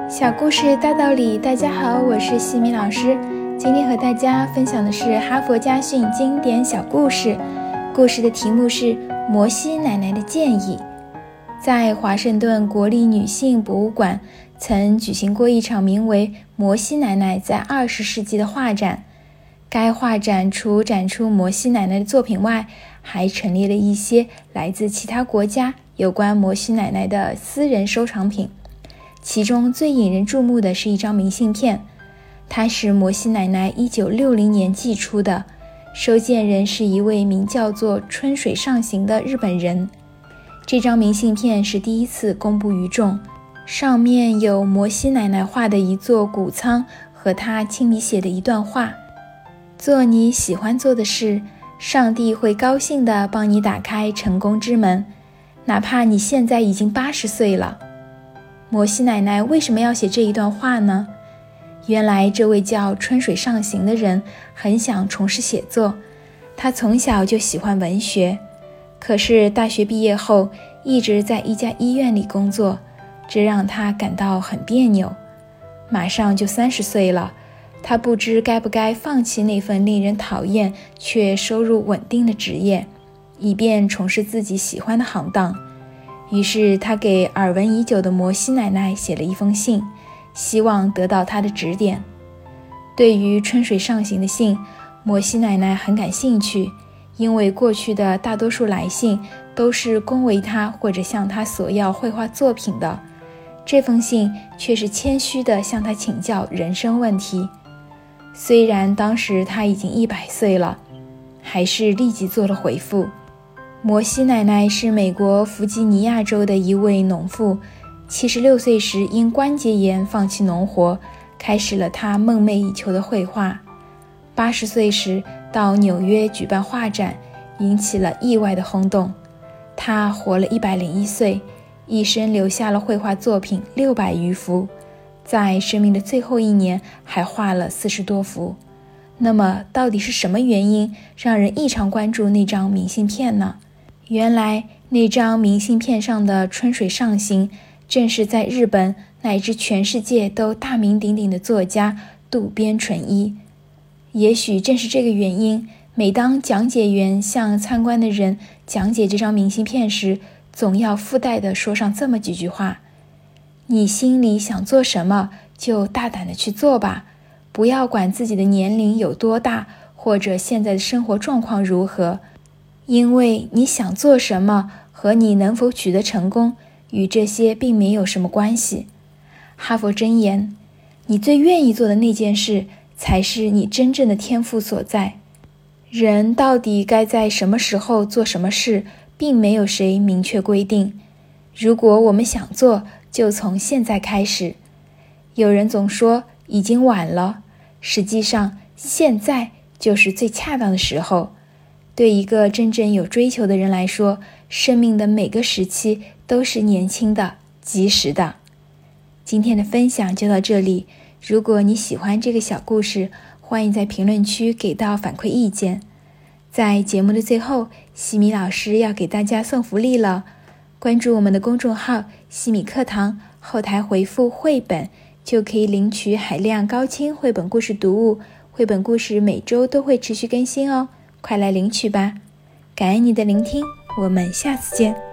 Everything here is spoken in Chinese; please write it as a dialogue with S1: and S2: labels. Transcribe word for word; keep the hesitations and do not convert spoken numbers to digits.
S1: 小故事大道理，大家好，我是西米老师。今天和大家分享的是哈佛家训经典小故事，故事的题目是摩西奶奶的建议。在华盛顿国立女性博物馆曾举行过一场名为摩西奶奶在二十世纪的画展。该画展除展出摩西奶奶的作品外，还陈列了一些来自其他国家有关摩西奶奶的私人收藏品。其中最引人注目的是一张明信片，它是摩西奶奶一九六零年寄出的，收件人是一位名叫做春水上行的日本人。这张明信片是第一次公布于众，上面有摩西奶奶画的一座谷仓和她亲笔写的一段话：做你喜欢做的事，上帝会高兴地帮你打开成功之门，哪怕你现在已经八十岁了。摩西奶奶为什么要写这一段话呢？原来这位叫春水上行的人很想从事写作，他从小就喜欢文学，可是大学毕业后一直在一家医院里工作，这让他感到很别扭。马上就三十岁了，他不知该不该放弃那份令人讨厌却收入稳定的职业，以便从事自己喜欢的行当。于是他给耳闻已久的摩西奶奶写了一封信，希望得到她的指点。对于春水上行的信，摩西奶奶很感兴趣，因为过去的大多数来信都是恭维她或者向她索要绘画作品的，这封信却是谦虚地向她请教人生问题。虽然当时她已经一百岁了，还是立即做了回复。摩西奶奶是美国弗吉尼亚州的一位农妇，七十六岁时因关节炎放弃农活，开始了她梦寐以求的绘画。八十岁时到纽约举办画展，引起了意外的轰动。她活了一百零一岁，一生留下了绘画作品六百余幅，在生命的最后一年还画了四十多幅。那么到底是什么原因让人异常关注那张明信片呢？原来那张明信片上的春水上行正是在日本乃至全世界都大名鼎鼎的作家渡边淳一。也许正是这个原因，每当讲解员向参观的人讲解这张明信片时，总要附带地说上这么几句话：你心里想做什么就大胆地去做吧，不要管自己的年龄有多大，或者现在的生活状况如何，因为你想做什么和你能否取得成功与这些并没有什么关系。哈佛箴言：你最愿意做的那件事才是你真正的天赋所在。人到底该在什么时候做什么事，并没有谁明确规定。如果我们想做，就从现在开始。有人总说已经晚了，实际上现在就是最恰当的时候。对一个真正有追求的人来说，生命的每个时期都是年轻的、及时的。今天的分享就到这里，如果你喜欢这个小故事，欢迎在评论区给到反馈意见。在节目的最后，西米老师要给大家送福利了，关注我们的公众号西米课堂，后台回复绘本，就可以领取海量高清绘本故事读物，绘本故事每周都会持续更新哦，快来领取吧！感恩你的聆听，我们下次见。